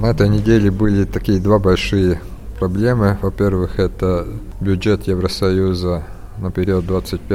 На этой неделе были такие два большие проблемы. Во-первых, это бюджет Евросоюза на период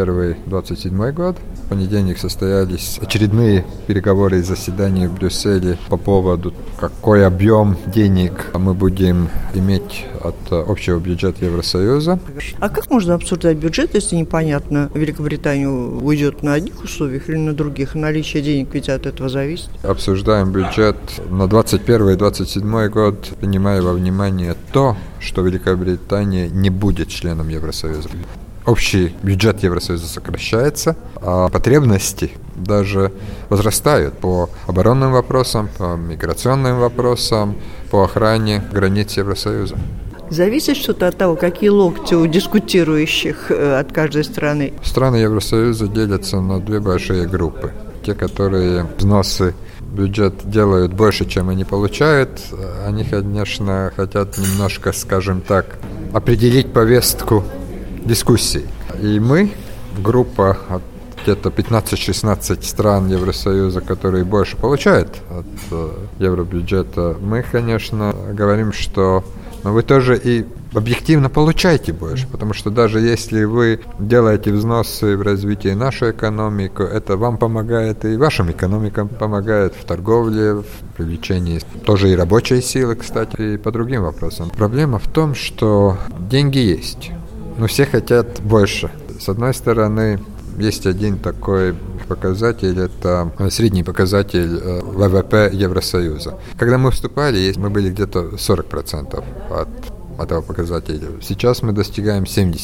2021-2027 год. В понедельник состоялись очередные переговоры и заседания в Брюсселе по поводу, какой объем денег мы будем иметь от общего бюджета Евросоюза. А как можно обсуждать бюджет, если непонятно, Великобритания уйдет на одних условиях или на других? Наличие денег ведь от этого зависит. Обсуждаем бюджет на 2021 и 2027 год, принимая во внимание то, что Великобритания не будет членом Евросоюза. Общий бюджет Евросоюза сокращается, а потребности даже возрастают по оборонным вопросам, по миграционным вопросам, по охране границ Евросоюза. Зависит что-то от того, какие локти у дискутирующих от каждой страны? Страны Евросоюза делятся на две большие группы. Те, которые взносы в бюджет делают больше, чем они получают, они, конечно, хотят немножко, скажем так, определить повестку дискуссий. И мы, группа от где-то 15-16 стран Евросоюза, которые больше получают от евробюджета, мы, конечно, говорим, что вы тоже и объективно получаете больше, потому что даже если вы делаете взносы в развитие нашей экономики, это вам помогает и вашим экономикам помогает в торговле, в привлечении тоже и рабочей силы, кстати, и по другим вопросам. Проблема в том, что деньги есть. Но все хотят больше. С одной стороны, есть один такой показатель, это средний показатель ВВП Евросоюза. Когда мы вступали, мы были где-то 40% от этого показателя. Сейчас мы достигаем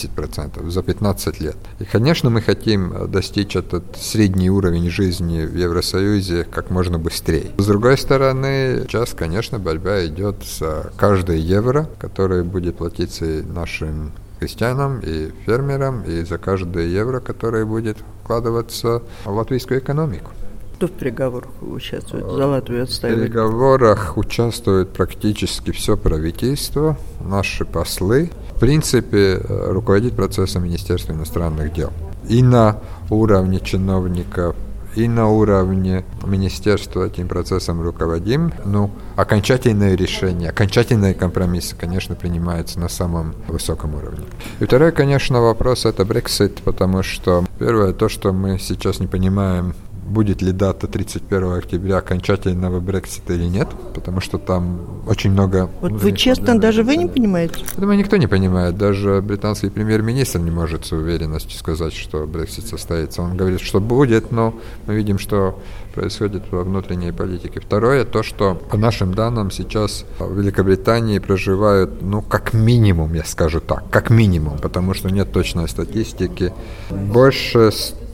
70% за 15 лет. И, конечно, мы хотим достичь этот средний уровень жизни в Евросоюзе как можно быстрее. С другой стороны, сейчас, конечно, борьба идет за каждый евро, который будет платиться нашим крестьянам и фермерам, и за каждое евро, которое будет вкладываться в латвийскую экономику. Кто в переговорах участвует? За Латвию отстаивает? В переговорах участвует практически все правительство, наши послы. В принципе, руководит процессом Министерство иностранных дел. И на уровне чиновников, и на уровне министерства этим процессом руководим. Окончательные решения, окончательные компромиссы, конечно, принимаются на самом высоком уровне. И второй, конечно, вопрос – это Brexit, потому что первое, то, что мы сейчас не понимаем, будет ли дата 31 октября окончательного Брексита или нет, потому что там очень много... Вот вы честно, даже вы не понимаете? Я думаю, никто не понимает. Даже британский премьер-министр не может с уверенностью сказать, что Брексит состоится. Он говорит, что будет, но мы видим, что происходит во внутренней политике. Второе, то, что по нашим данным сейчас в Великобритании проживают, как минимум, я скажу так, как минимум, потому что нет точной статистики, больше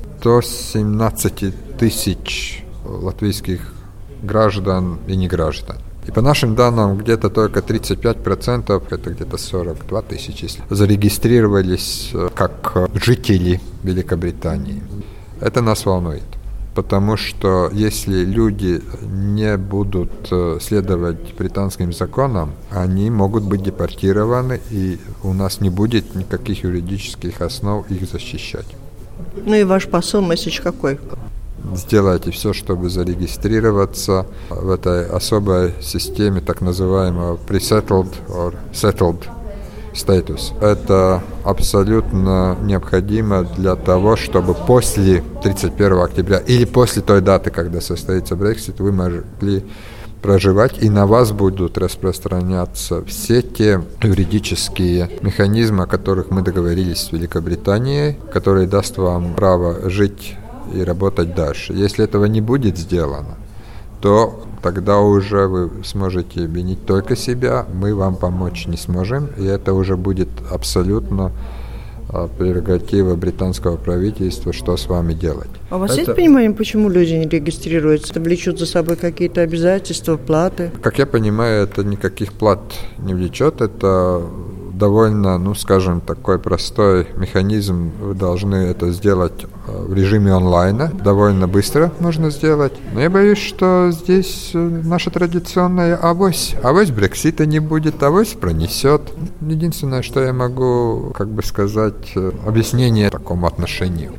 117 тысяч латвийских граждан и неграждан. И по нашим данным, где-то только 35%, это где-то 42 тысячи, зарегистрировались как жители Великобритании. Это нас волнует, потому что если люди не будут следовать британским законам, они могут быть депортированы, и у нас не будет никаких юридических основ их защищать. И ваш посыл, месседж какой? Сделайте все, чтобы зарегистрироваться в этой особой системе так называемого pre-settled or settled status. Это абсолютно необходимо для того, чтобы после 31 октября или после той даты, когда состоится Brexit, вы могли проживать, и на вас будут распространяться все те юридические механизмы, о которых мы договорились с Великобританией, которые даст вам право жить и работать дальше. Если этого не будет сделано, то тогда уже вы сможете винить только себя, мы вам помочь не сможем, и это уже будет абсолютно прерогатива британского правительства, что с вами делать. А у вас есть понимание, почему люди не регистрируются? Это влечет за собой какие-то обязательства, платы? Как я понимаю, это никаких плат не влечет, это довольно, скажем, такой простой механизм. Вы должны это сделать в режиме онлайна. Довольно быстро можно сделать. Но я боюсь, что здесь наша традиционная авось. Авось Брексита не будет, авось пронесет. Единственное, что я могу, сказать, объяснение такому отношению.